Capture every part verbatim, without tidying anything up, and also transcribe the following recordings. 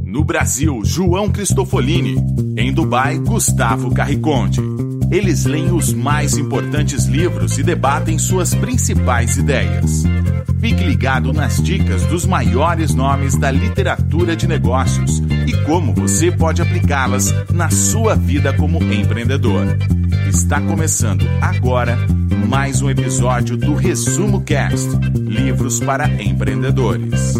No Brasil, João Cristofolini. Em Dubai, Gustavo Carriconde. Eles leem os mais importantes livros e debatem suas principais ideias. Fique ligado nas dicas dos maiores nomes da literatura de negócios e como você pode aplicá-las na sua vida como empreendedor. Está começando agora mais um episódio do Resumo Cast, livros para empreendedores.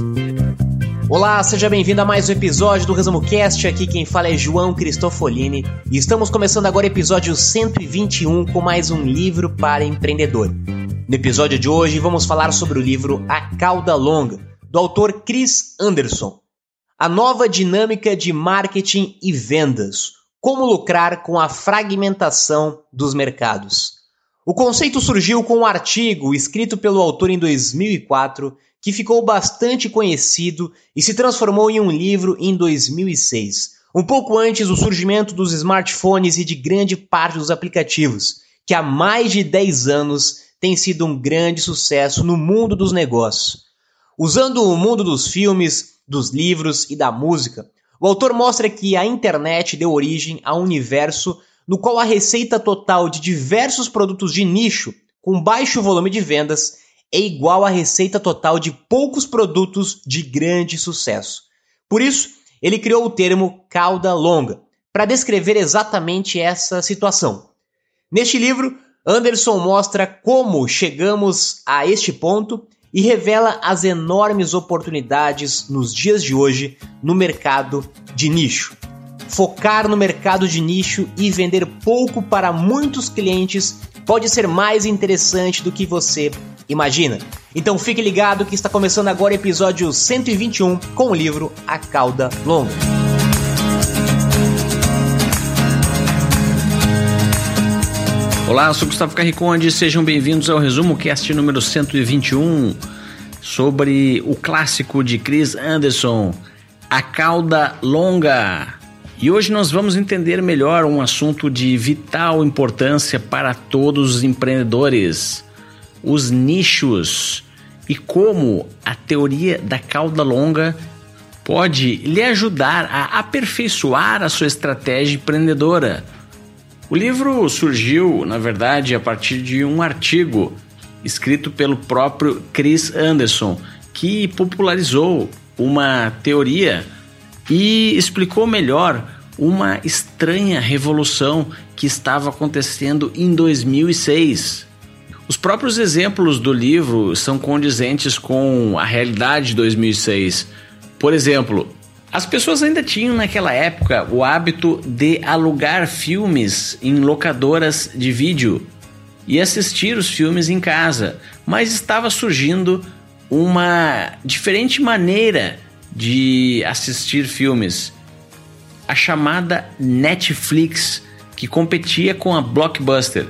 Olá, seja bem-vindo a mais um episódio do Resumo Cast. Aqui quem fala é João Cristofolini e estamos começando agora o episódio cento e vinte e um com mais um livro para empreendedor. No episódio de hoje vamos falar sobre o livro A Cauda Longa, do autor Chris Anderson. A nova dinâmica de marketing e vendas. Como lucrar com a fragmentação dos mercados. O conceito surgiu com um artigo escrito pelo autor em dois mil e quatro, que ficou bastante conhecido e se transformou em um livro em dois mil e seis, um pouco antes do surgimento dos smartphones e de grande parte dos aplicativos, que há mais de dez anos tem sido um grande sucesso no mundo dos negócios. Usando o mundo dos filmes, dos livros e da música, o autor mostra que a internet deu origem a um universo no qual a receita total de diversos produtos de nicho com baixo volume de vendas é igual à receita total de poucos produtos de grande sucesso. Por isso, ele criou o termo cauda longa, para descrever exatamente essa situação. Neste livro, Anderson mostra como chegamos a este ponto e revela as enormes oportunidades nos dias de hoje no mercado de nicho. Focar no mercado de nicho e vender pouco para muitos clientes pode ser mais interessante do que você imagina. Então fique ligado que está começando agora o episódio cento e vinte e um com o livro A Cauda Longa. Olá, eu sou Gustavo Carriconde, sejam bem-vindos ao Resumo Cast número cento e vinte e um sobre o clássico de Chris Anderson, A Cauda Longa. E hoje nós vamos entender melhor um assunto de vital importância para todos os empreendedores, os nichos, e como a teoria da cauda longa pode lhe ajudar a aperfeiçoar a sua estratégia empreendedora. O livro surgiu, na verdade, a partir de um artigo escrito pelo próprio Chris Anderson, que popularizou uma teoria e explicou melhor uma estranha revolução que estava acontecendo em dois mil e seis. Os próprios exemplos do livro são condizentes com a realidade de dois mil e seis. Por exemplo, as pessoas ainda tinham naquela época o hábito de alugar filmes em locadoras de vídeo e assistir os filmes em casa, mas estava surgindo uma diferente maneira de assistir filmes, a chamada Netflix, que competia com a Blockbuster.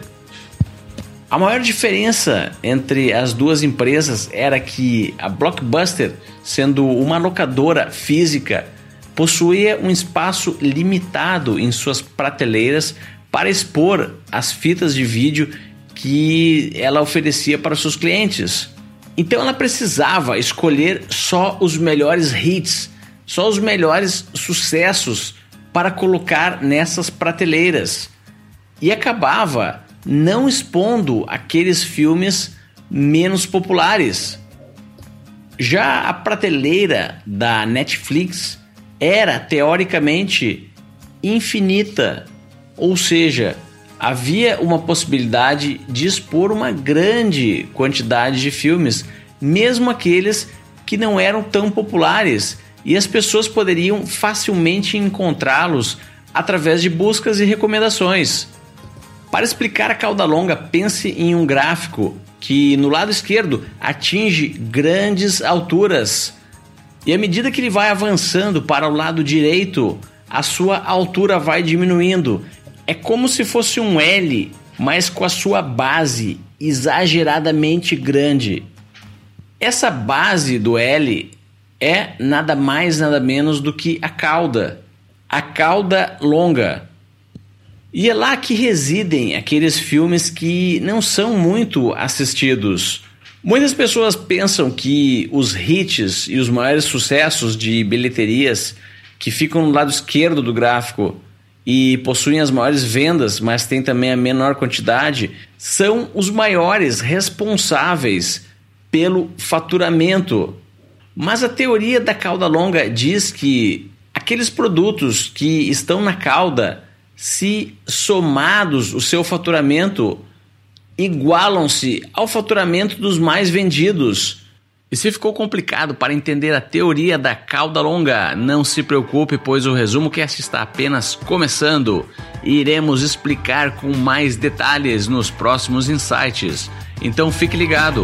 A maior diferença entre as duas empresas era que a Blockbuster, sendo uma locadora física, possuía um espaço limitado em suas prateleiras para expor as fitas de vídeo que ela oferecia para os seus clientes. Então ela precisava escolher só os melhores hits, só os melhores sucessos para colocar nessas prateleiras. E acabava não expondo aqueles filmes menos populares. Já a prateleira da Netflix era teoricamente infinita, ou seja, havia uma possibilidade de expor uma grande quantidade de filmes, mesmo aqueles que não eram tão populares, e as pessoas poderiam facilmente encontrá-los através de buscas e recomendações. Para explicar a cauda longa, pense em um gráfico que no lado esquerdo atinge grandes alturas e à medida que ele vai avançando para o lado direito, a sua altura vai diminuindo. É como se fosse um L, mas com a sua base exageradamente grande. Essa base do L é nada mais nada menos do que a cauda, a cauda longa. E é lá que residem aqueles filmes que não são muito assistidos. Muitas pessoas pensam que os hits e os maiores sucessos de bilheterias que ficam no lado esquerdo do gráfico e possuem as maiores vendas, mas têm também a menor quantidade, são os maiores responsáveis pelo faturamento. Mas a teoria da cauda longa diz que aqueles produtos que estão na cauda, se somados o seu faturamento, igualam-se ao faturamento dos mais vendidos. E se ficou complicado para entender a teoria da cauda longa, não se preocupe, pois o Resumo Cast está apenas começando e iremos explicar com mais detalhes nos próximos insights. Então fique ligado!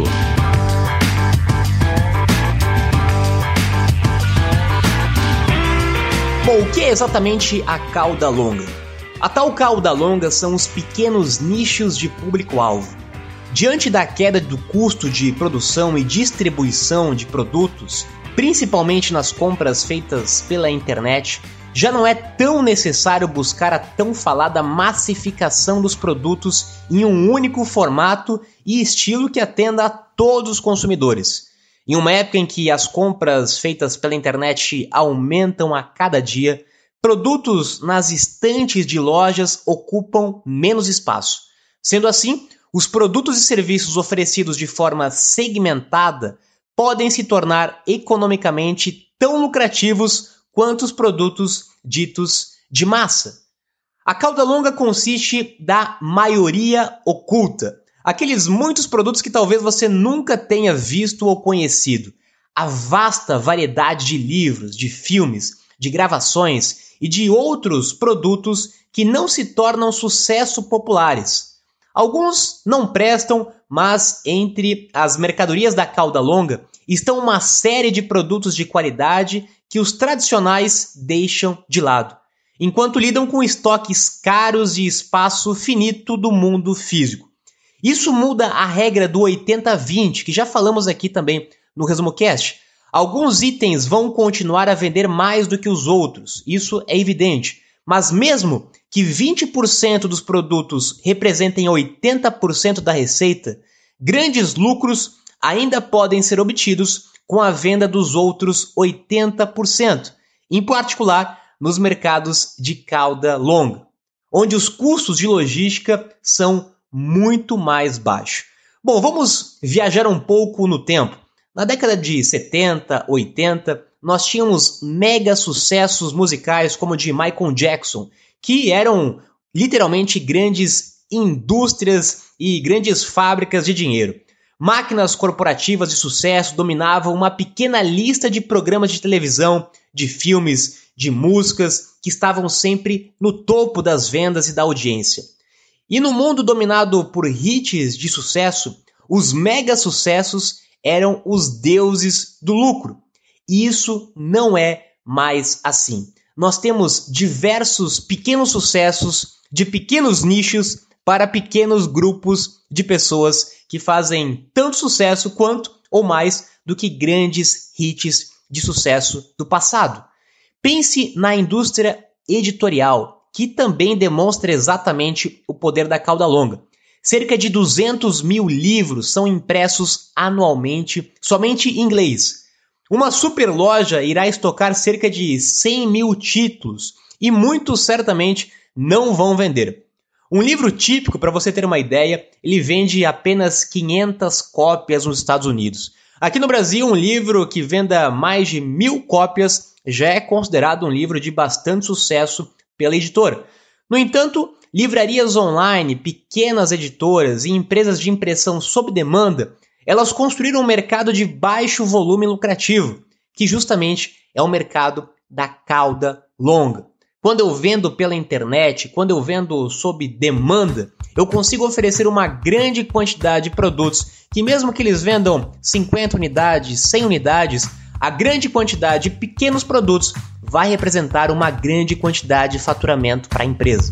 Bom, o que é exatamente a cauda longa? A tal cauda longa são os pequenos nichos de público-alvo. Diante da queda do custo de produção e distribuição de produtos, principalmente nas compras feitas pela internet, já não é tão necessário buscar a tão falada massificação dos produtos em um único formato e estilo que atenda a todos os consumidores. Em uma época em que as compras feitas pela internet aumentam a cada dia, produtos nas estantes de lojas ocupam menos espaço. Sendo assim, os produtos e serviços oferecidos de forma segmentada podem se tornar economicamente tão lucrativos quanto os produtos ditos de massa. A cauda longa consiste da maioria oculta, aqueles muitos produtos que talvez você nunca tenha visto ou conhecido, a vasta variedade de livros, de filmes, de gravações e de outros produtos que não se tornam sucesso populares. Alguns não prestam, mas entre as mercadorias da cauda longa estão uma série de produtos de qualidade que os tradicionais deixam de lado, enquanto lidam com estoques caros e espaço finito do mundo físico. Isso muda a regra do oitenta vinte, que já falamos aqui também no Resumo Cast. Alguns itens vão continuar a vender mais do que os outros, isso é evidente. Mas mesmo que vinte por cento dos produtos representem oitenta por cento da receita, grandes lucros ainda podem ser obtidos com a venda dos outros oitenta por cento, em particular nos mercados de cauda longa, onde os custos de logística são muito mais baixos. Bom, vamos viajar um pouco no tempo. Na década de setenta, oitenta, nós tínhamos mega sucessos musicais como o de Michael Jackson, que eram literalmente grandes indústrias e grandes fábricas de dinheiro. Máquinas corporativas de sucesso dominavam uma pequena lista de programas de televisão, de filmes, de músicas, que estavam sempre no topo das vendas e da audiência. E no mundo dominado por hits de sucesso, os mega sucessos eram os deuses do lucro. E isso não é mais assim. Nós temos diversos pequenos sucessos de pequenos nichos para pequenos grupos de pessoas que fazem tanto sucesso quanto ou mais do que grandes hits de sucesso do passado. Pense na indústria editorial, que também demonstra exatamente o poder da cauda longa. Cerca de duzentos mil livros são impressos anualmente somente em inglês. Uma super loja irá estocar cerca de cem mil títulos e muitos certamente não vão vender. Um livro típico, para você ter uma ideia, ele vende apenas quinhentas cópias nos Estados Unidos. Aqui no Brasil, um livro que venda mais de mil cópias já é considerado um livro de bastante sucesso pela editora. No entanto, livrarias online, pequenas editoras e empresas de impressão sob demanda, elas construíram um mercado de baixo volume lucrativo, que justamente é o mercado da cauda longa. Quando eu vendo pela internet, quando eu vendo sob demanda, eu consigo oferecer uma grande quantidade de produtos que mesmo que eles vendam cinquenta unidades, cem unidades, a grande quantidade de pequenos produtos vai representar uma grande quantidade de faturamento para a empresa.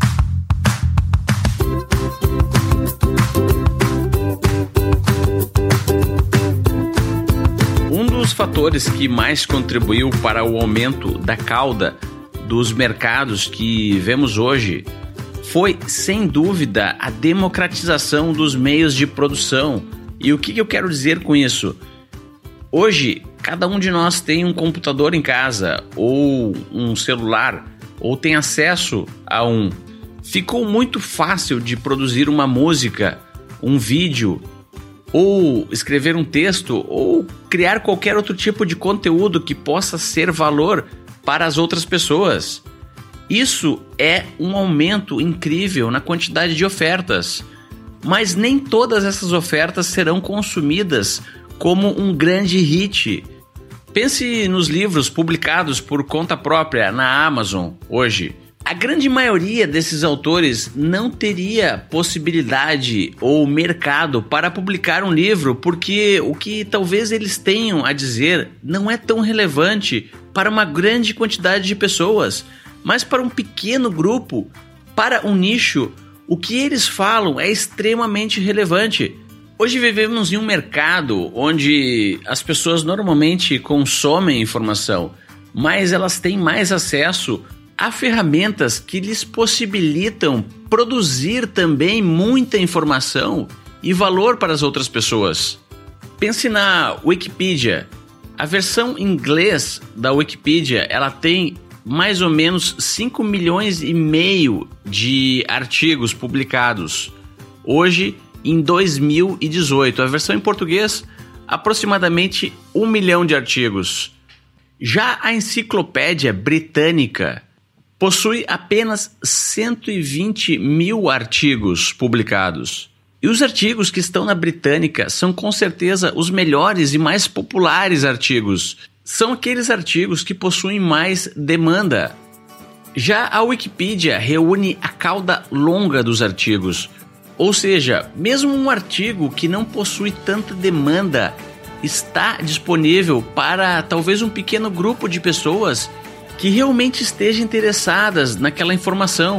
Um dos fatores que mais contribuiu para o aumento da cauda dos mercados que vemos hoje foi, sem dúvida, a democratização dos meios de produção. E o que eu quero dizer com isso? Hoje, cada um de nós tem um computador em casa, ou um celular, ou tem acesso a um. Ficou muito fácil de produzir uma música, um vídeo, ou escrever um texto, ou criar qualquer outro tipo de conteúdo que possa ser valor para as outras pessoas. Isso é um aumento incrível na quantidade de ofertas, mas nem todas essas ofertas serão consumidas como um grande hit. Pense nos livros publicados por conta própria na Amazon hoje. A grande maioria desses autores não teria possibilidade ou mercado para publicar um livro, porque o que talvez eles tenham a dizer não é tão relevante para uma grande quantidade de pessoas, mas para um pequeno grupo, para um nicho, o que eles falam é extremamente relevante. Hoje vivemos em um mercado onde as pessoas normalmente consomem informação, mas elas têm mais acesso a ferramentas que lhes possibilitam produzir também muita informação e valor para as outras pessoas. Pense na Wikipedia. A versão em inglês da Wikipedia, ela tem mais ou menos cinco milhões e meio de artigos publicados. Hoje, em dois mil e dezoito, a versão em português, aproximadamente um milhão de artigos. Já a Enciclopédia Britânica possui apenas cento e vinte mil artigos publicados. E os artigos que estão na Britânica são com certeza os melhores e mais populares artigos. São aqueles artigos que possuem mais demanda. Já a Wikipedia reúne a cauda longa dos artigos. Ou seja, mesmo um artigo que não possui tanta demanda está disponível para talvez um pequeno grupo de pessoas que realmente estejam interessadas naquela informação.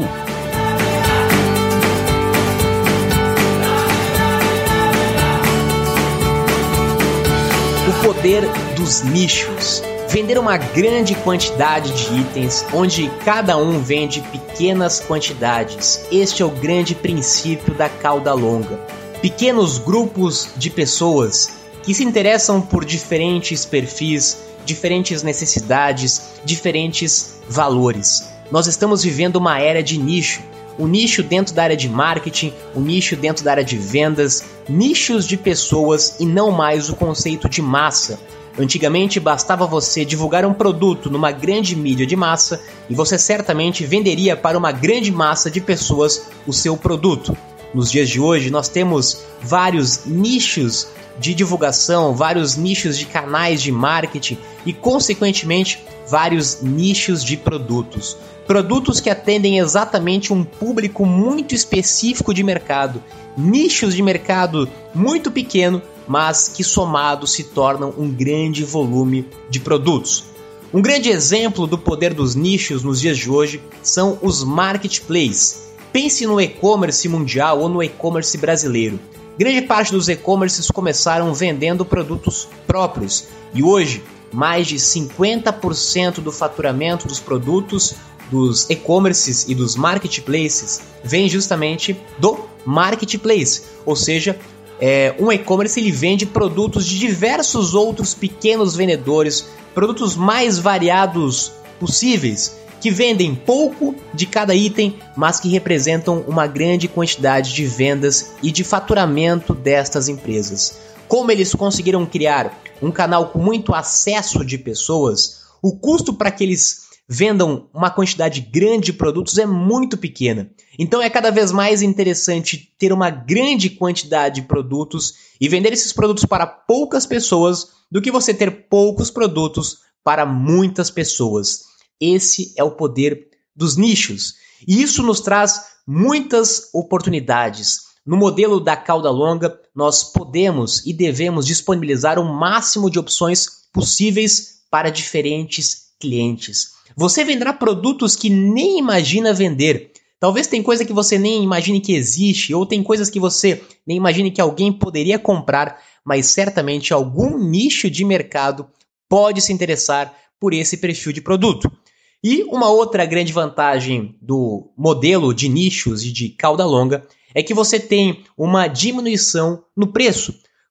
O poder dos nichos. Vender uma grande quantidade de itens, onde cada um vende pequenas quantidades. Este é o grande princípio da cauda longa. Pequenos grupos de pessoas que se interessam por diferentes perfis, diferentes necessidades, diferentes valores. Nós estamos vivendo uma era de nicho. Um nicho dentro da área de marketing, um nicho dentro da área de vendas, nichos de pessoas e não mais o conceito de massa. Antigamente bastava você divulgar um produto numa grande mídia de massa e você certamente venderia para uma grande massa de pessoas o seu produto. Nos dias de hoje nós temos vários nichos de divulgação, vários nichos de canais de marketing e, consequentemente, vários nichos de produtos. Produtos que atendem exatamente um público muito específico de mercado, nichos de mercado muito pequeno, mas que somados se tornam um grande volume de produtos. Um grande exemplo do poder dos nichos nos dias de hoje são os marketplaces. Pense no e-commerce mundial ou no e-commerce brasileiro. Grande parte dos e-commerces começaram vendendo produtos próprios e hoje mais de cinquenta por cento do faturamento dos produtos dos e-commerces e dos marketplaces vem justamente do marketplace, ou seja, é, um e-commerce ele vende produtos de diversos outros pequenos vendedores, produtos mais variados possíveis, que vendem pouco de cada item, mas que representam uma grande quantidade de vendas e de faturamento destas empresas. Como eles conseguiram criar um canal com muito acesso de pessoas, o custo para que eles vendam uma quantidade grande de produtos é muito pequena. Então é cada vez mais interessante ter uma grande quantidade de produtos e vender esses produtos para poucas pessoas do que você ter poucos produtos para muitas pessoas. Esse é o poder dos nichos. E isso nos traz muitas oportunidades. No modelo da cauda longa, nós podemos e devemos disponibilizar o máximo de opções possíveis para diferentes clientes. Você venderá produtos que nem imagina vender. Talvez tem coisa que você nem imagine que existe, ou tem coisas que você nem imagine que alguém poderia comprar, mas certamente algum nicho de mercado pode se interessar por esse perfil de produto. E uma outra grande vantagem do modelo de nichos e de cauda longa é que você tem uma diminuição no preço.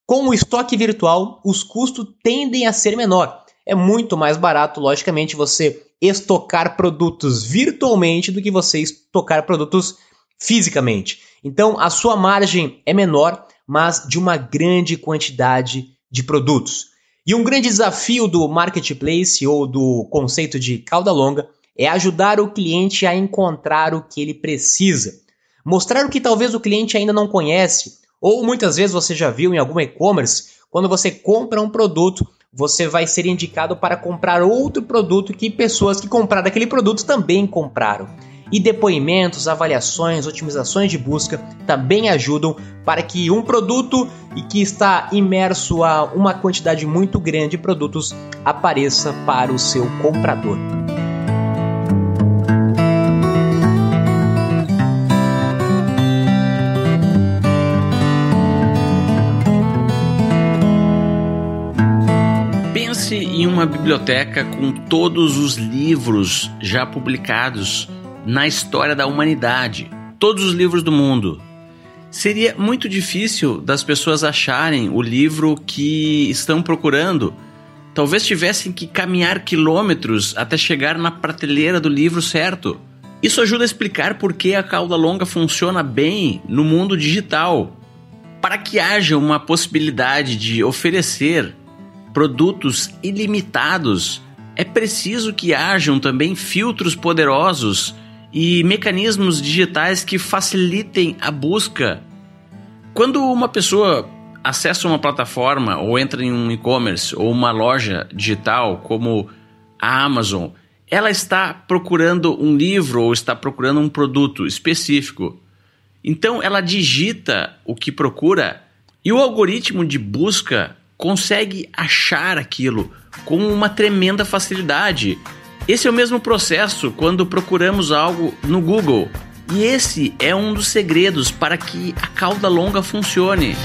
Com o estoque virtual, os custos tendem a ser menor. É muito mais barato, logicamente, você estocar produtos virtualmente do que você estocar produtos fisicamente. Então, a sua margem é menor, mas de uma grande quantidade de produtos. E um grande desafio do marketplace ou do conceito de cauda longa é ajudar o cliente a encontrar o que ele precisa. Mostrar o que talvez o cliente ainda não conhece, ou muitas vezes você já viu em algum e-commerce, quando você compra um produto, você vai ser indicado para comprar outro produto que pessoas que compraram aquele produto também compraram. E depoimentos, avaliações, otimizações de busca também ajudam para que um produto e que está imerso a uma quantidade muito grande de produtos apareça para o seu comprador. Pense em uma biblioteca com todos os livros já publicados na história da humanidade, todos os livros do mundo. Seria muito difícil das pessoas acharem o livro que estão procurando. Talvez tivessem que caminhar quilômetros até chegar na prateleira do livro certo. Isso ajuda a explicar por que a cauda longa funciona bem no mundo digital. Para que haja uma possibilidade de oferecer produtos ilimitados, é preciso que hajam também filtros poderosos e mecanismos digitais que facilitem a busca. Quando uma pessoa acessa uma plataforma ou entra em um e-commerce ou uma loja digital como a Amazon, ela está procurando um livro ou está procurando um produto específico. Então ela digita o que procura e o algoritmo de busca consegue achar aquilo com uma tremenda facilidade. Esse é o mesmo processo quando procuramos algo no Google. E esse é um dos segredos para que a cauda longa funcione.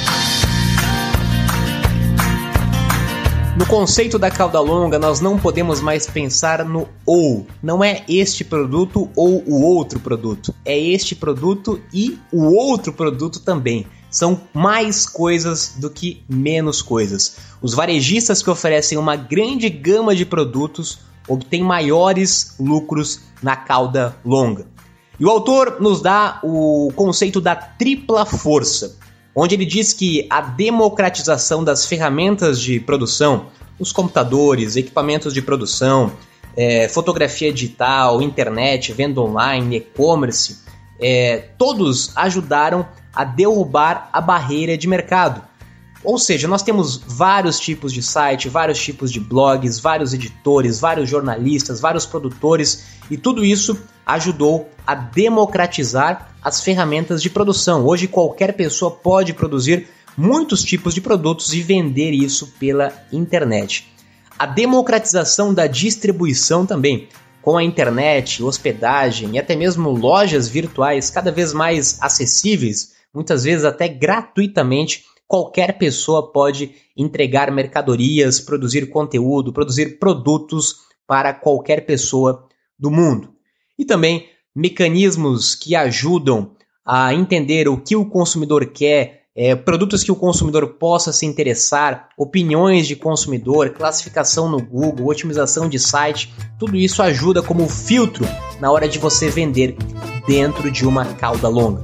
No conceito da cauda longa, nós não podemos mais pensar no ou. Não é este produto ou o outro produto. É este produto e o outro produto também. São mais coisas do que menos coisas. Os varejistas que oferecem uma grande gama de produtos obtêm maiores lucros na cauda longa. E o autor nos dá o conceito da tripla força, onde ele diz que a democratização das ferramentas de produção, os computadores, equipamentos de produção, é, fotografia digital, internet, venda online, e-commerce, é, todos ajudaram a derrubar a barreira de mercado. Ou seja, nós temos vários tipos de site, vários tipos de blogs, vários editores, vários jornalistas, vários produtores, e tudo isso ajudou a democratizar as ferramentas de produção. Hoje qualquer pessoa pode produzir muitos tipos de produtos e vender isso pela internet. A democratização da distribuição também, com a internet, hospedagem e até mesmo lojas virtuais cada vez mais acessíveis, muitas vezes até gratuitamente, qualquer pessoa pode entregar mercadorias, produzir conteúdo, produzir produtos para qualquer pessoa do mundo. E também mecanismos que ajudam a entender o que o consumidor quer, é, produtos que o consumidor possa se interessar, opiniões de consumidor, classificação no Google, otimização de site, tudo isso ajuda como filtro na hora de você vender dentro de uma cauda longa.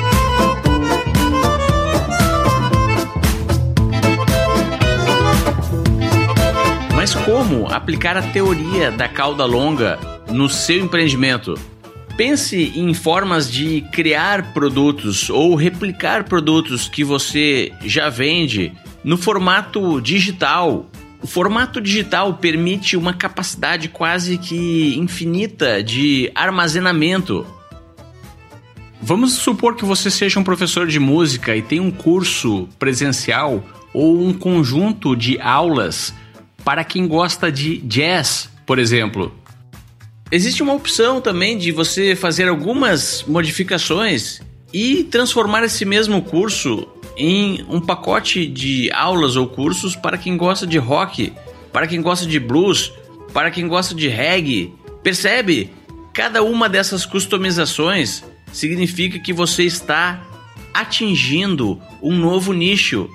Mas como aplicar a teoria da cauda longa no seu empreendimento? Pense em formas de criar produtos ou replicar produtos que você já vende no formato digital. O formato digital permite uma capacidade quase que infinita de armazenamento. Vamos supor que você seja um professor de música e tem um curso presencial ou um conjunto de aulas para quem gosta de jazz, por exemplo. Existe uma opção também de você fazer algumas modificações e transformar esse mesmo curso em um pacote de aulas ou cursos para quem gosta de rock, para quem gosta de blues, para quem gosta de reggae. Percebe? Cada uma dessas customizações significa que você está atingindo um novo nicho.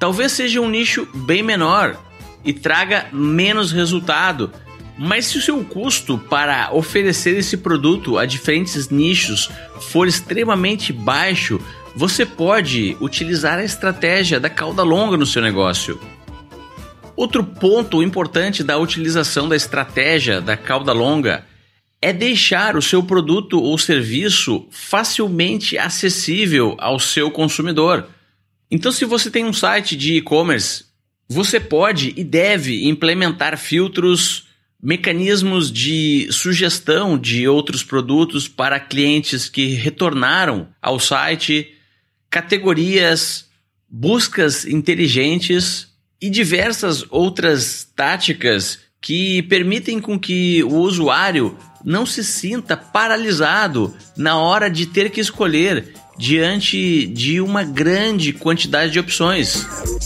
talvez seja um nicho bem menor e traga menos resultado, mas se o seu custo para oferecer esse produto a diferentes nichos for extremamente baixo, você pode utilizar a estratégia da cauda longa no seu negócio. Outro ponto importante da utilização da estratégia da cauda longa é deixar o seu produto ou serviço facilmente acessível ao seu consumidor. Então, se você tem um site de e-commerce, você pode e deve implementar filtros, mecanismos de sugestão de outros produtos para clientes que retornaram ao site, categorias, buscas inteligentes e diversas outras táticas que permitem com que o usuário não se sinta paralisado na hora de ter que escolher diante de uma grande quantidade de opções.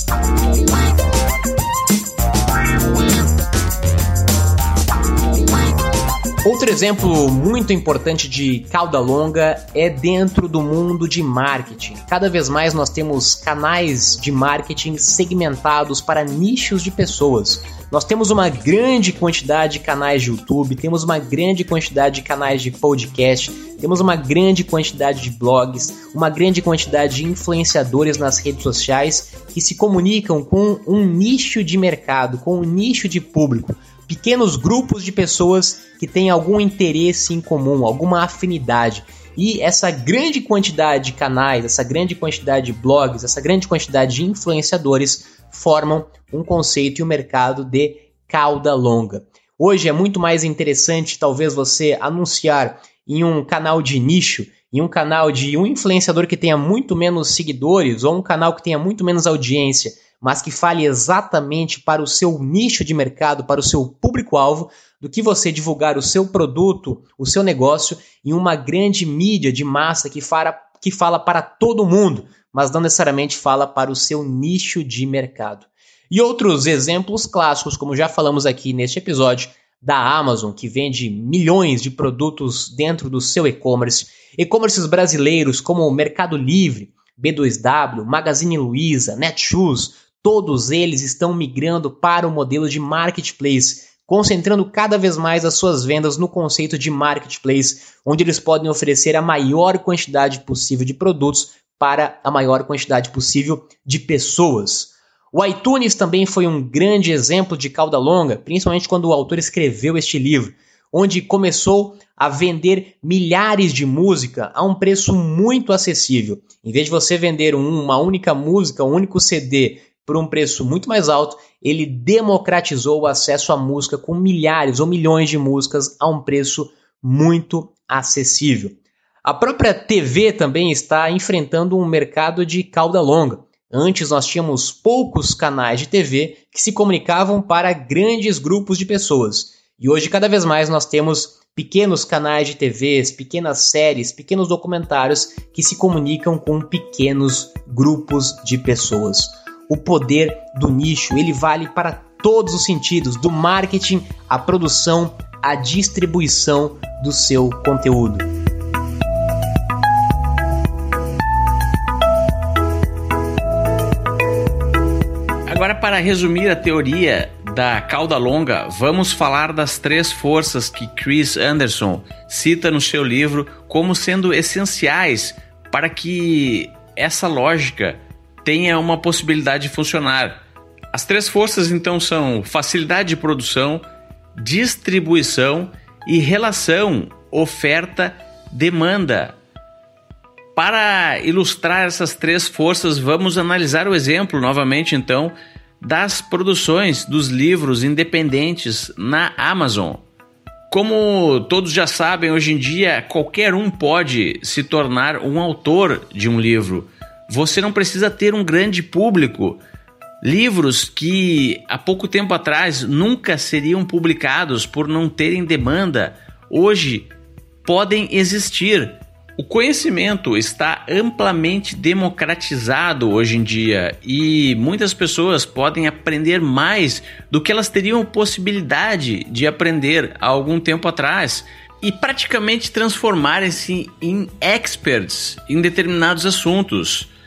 Outro exemplo muito importante de cauda longa é dentro do mundo de marketing. Cada vez mais nós temos canais de marketing segmentados para nichos de pessoas. Nós temos uma grande quantidade de canais de YouTube, temos uma grande quantidade de canais de podcast, temos uma grande quantidade de blogs, uma grande quantidade de influenciadores nas redes sociais que se comunicam com um nicho de mercado, com um nicho de público. Pequenos grupos de pessoas que têm algum interesse em comum, alguma afinidade. E essa grande quantidade de canais, essa grande quantidade de blogs, essa grande quantidade de influenciadores formam um conceito e um mercado de cauda longa. Hoje é muito mais interessante talvez você anunciar em um canal de nicho, em um canal de um influenciador que tenha muito menos seguidores ou um canal que tenha muito menos audiência, mas que fale exatamente para o seu nicho de mercado, para o seu público-alvo, do que você divulgar o seu produto, o seu negócio em uma grande mídia de massa que fala, que fala para todo mundo, mas não necessariamente fala para o seu nicho de mercado. E outros exemplos clássicos, como já falamos aqui neste episódio, da Amazon, que vende milhões de produtos dentro do seu e-commerce, e-commerces brasileiros como o Mercado Livre, B dois W, Magazine Luiza, Netshoes, todos eles estão migrando para o modelo de marketplace, concentrando cada vez mais as suas vendas no conceito de marketplace, onde eles podem oferecer a maior quantidade possível de produtos para a maior quantidade possível de pessoas. O iTunes também foi um grande exemplo de cauda longa, principalmente quando o autor escreveu este livro, onde começou a vender milhares de música a um preço muito acessível. Em vez de você vender uma única música, um único C D, por um preço muito mais alto, ele democratizou o acesso à música com milhares ou milhões de músicas a um preço muito acessível. A própria T V também está enfrentando um mercado de cauda longa. Antes nós tínhamos poucos canais de T V que se comunicavam para grandes grupos de pessoas. E hoje cada vez mais nós temos pequenos canais de T Vs, pequenas séries, pequenos documentários que se comunicam com pequenos grupos de pessoas. O poder do nicho, ele vale para todos os sentidos, do marketing, à produção, à distribuição do seu conteúdo. Agora, para resumir a teoria da cauda longa, vamos falar das três forças que Chris Anderson cita no seu livro como sendo essenciais para que essa lógica tenha uma possibilidade de funcionar. As três forças então são facilidade de produção, distribuição e relação oferta-demanda. Para ilustrar essas três forças, vamos analisar o exemplo novamente então das produções dos livros independentes na Amazon. Como todos já sabem, hoje em dia qualquer um pode se tornar um autor de um livro. Você não precisa ter um grande público. Livros que há pouco tempo atrás nunca seriam publicados por não terem demanda, hoje podem existir. O conhecimento está amplamente democratizado hoje em dia e muitas pessoas podem aprender mais do que elas teriam possibilidade de aprender há algum tempo atrás e praticamente transformarem-se em experts em determinados assuntos.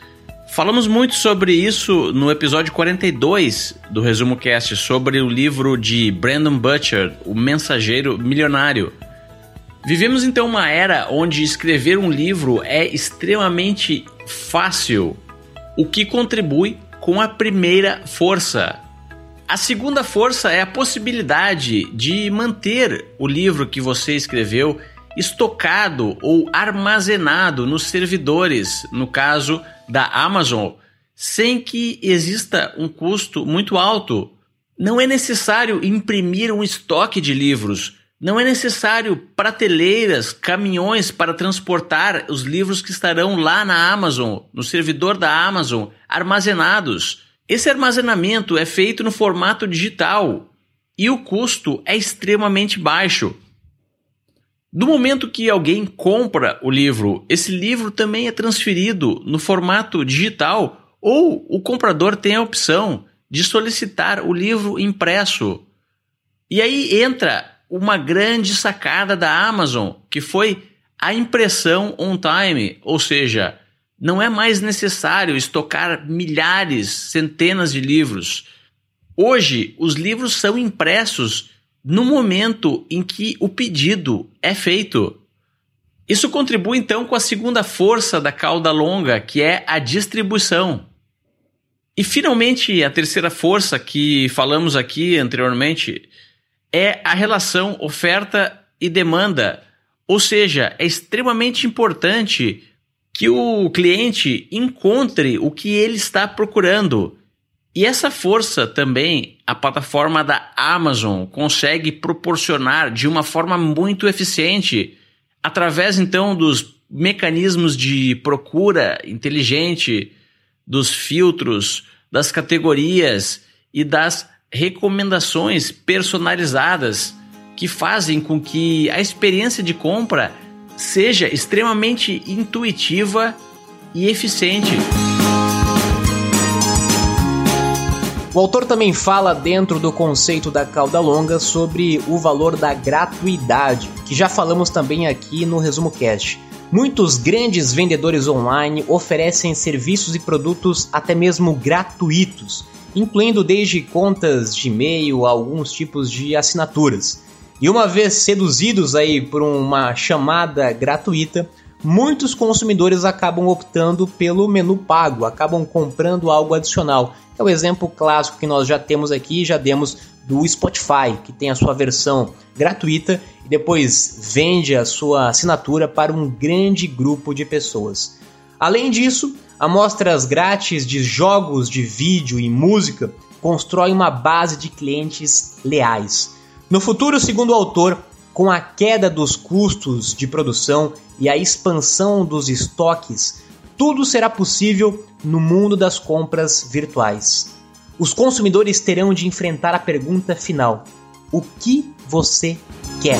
Falamos muito sobre isso no episódio quarenta e dois do Resumo Cast, sobre o livro de Brandon Butcher, O Mensageiro Milionário. Vivemos então uma era onde escrever um livro é extremamente fácil, o que contribui com a primeira força. A segunda força é a possibilidade de manter o livro que você escreveu estocado ou armazenado nos servidores, no caso da Amazon, sem que exista um custo muito alto. Não é necessário imprimir um estoque de livros, não é necessário prateleiras, caminhões para transportar os livros que estarão lá na Amazon, no servidor da Amazon, armazenados. Esse armazenamento é feito no formato digital e o custo é extremamente baixo. Do momento que alguém compra o livro, esse livro também é transferido no formato digital ou o comprador tem a opção de solicitar o livro impresso. E aí entra uma grande sacada da Amazon, que foi a impressão on time, ou seja, não é mais necessário estocar milhares, centenas de livros. Hoje, os livros são impressos no momento em que o pedido é feito. Isso contribui então com a segunda força da cauda longa, que é a distribuição. E finalmente, a terceira força que falamos aqui anteriormente é a relação oferta e demanda. Ou seja, é extremamente importante que o cliente encontre o que ele está procurando. E essa força também a plataforma da Amazon consegue proporcionar de uma forma muito eficiente, através então dos mecanismos de procura inteligente, dos filtros, das categorias e das recomendações personalizadas, que fazem com que a experiência de compra seja extremamente intuitiva e eficiente. O autor também fala, dentro do conceito da cauda longa, sobre o valor da gratuidade, que já falamos também aqui no Resumo Cast. Muitos grandes vendedores online oferecem serviços e produtos até mesmo gratuitos, incluindo desde contas de e-mail a alguns tipos de assinaturas. E uma vez seduzidos aí por uma chamada gratuita, muitos consumidores acabam optando pelo menu pago, acabam comprando algo adicional. É o exemplo clássico que nós já temos aqui, já demos do Spotify, que tem a sua versão gratuita e depois vende a sua assinatura para um grande grupo de pessoas. Além disso, amostras grátis de jogos de vídeo e música constroem uma base de clientes leais. No futuro, segundo o autor, com a queda dos custos de produção e a expansão dos estoques, tudo será possível no mundo das compras virtuais. Os consumidores terão de enfrentar a pergunta final: o que você quer?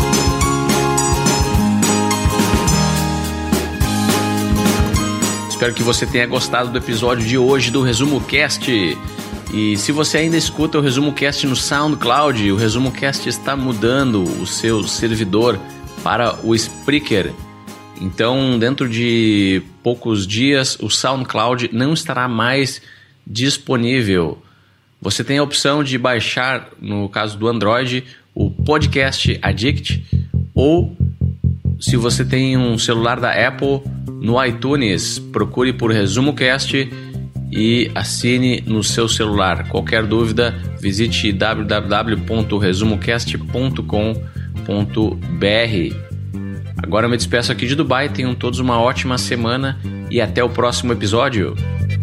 Espero que você tenha gostado do episódio de hoje do Resumo Cast. E se você ainda escuta o Resumo Cast no SoundCloud, o Resumo Cast está mudando o seu servidor para o Spreaker. Então, dentro de poucos dias, o SoundCloud não estará mais disponível. Você tem a opção de baixar, no caso do Android, o Podcast Addict, ou, se você tem um celular da Apple, no iTunes, procure por Resumo Cast e assine no seu celular. Qualquer dúvida, visite w w w ponto resumocast ponto com ponto b r. Agora eu me despeço aqui de Dubai, tenham todos uma ótima semana e até o próximo episódio.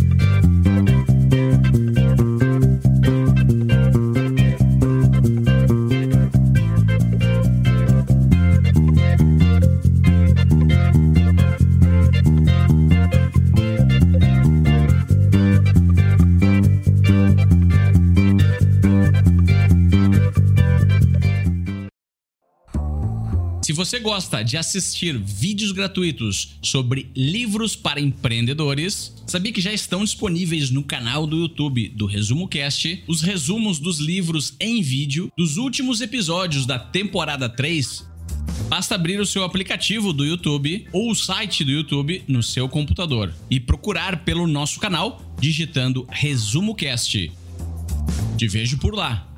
Se você gosta de assistir vídeos gratuitos sobre livros para empreendedores, sabia que já estão disponíveis no canal do YouTube do Resumo Cast os resumos dos livros em vídeo dos últimos episódios da temporada três? Basta abrir o seu aplicativo do YouTube ou o site do YouTube no seu computador e procurar pelo nosso canal digitando Resumo Cast. Te vejo por lá.